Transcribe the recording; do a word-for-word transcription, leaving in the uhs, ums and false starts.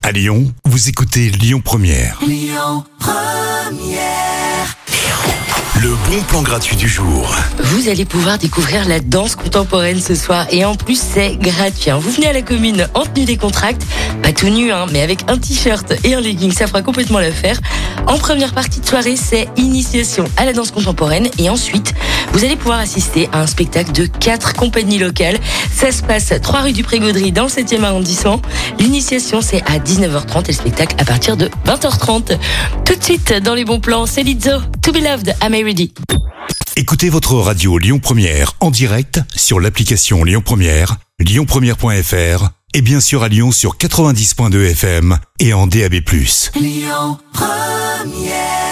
À Lyon, vous écoutez Lyon Première. Lyon Première. Le bon plan gratuit du jour. Vous allez pouvoir découvrir la danse contemporaine ce soir et en plus c'est gratuit. Vous venez à la commune en tenue décontracte, pas tout nu hein, mais avec un t-shirt et un legging, ça fera complètement l'affaire. En première partie de soirée, c'est initiation à la danse contemporaine et ensuite vous allez pouvoir assister à un spectacle de quatre compagnies locales. Ça se passe trois rue du Pré-Gaudry dans le septième arrondissement. L'initiation c'est à dix-neuf heures trente et le spectacle à partir de vingt heures trente. Tout de suite dans les bons plans, c'est Lizzo, To Be Loved, Am I Ready? Écoutez votre radio Lyon Première en direct sur l'application Lyon Première, lyon première point f r et bien sûr à Lyon sur quatre-vingt-dix virgule deux F M et en D A B plus. Lyon Première.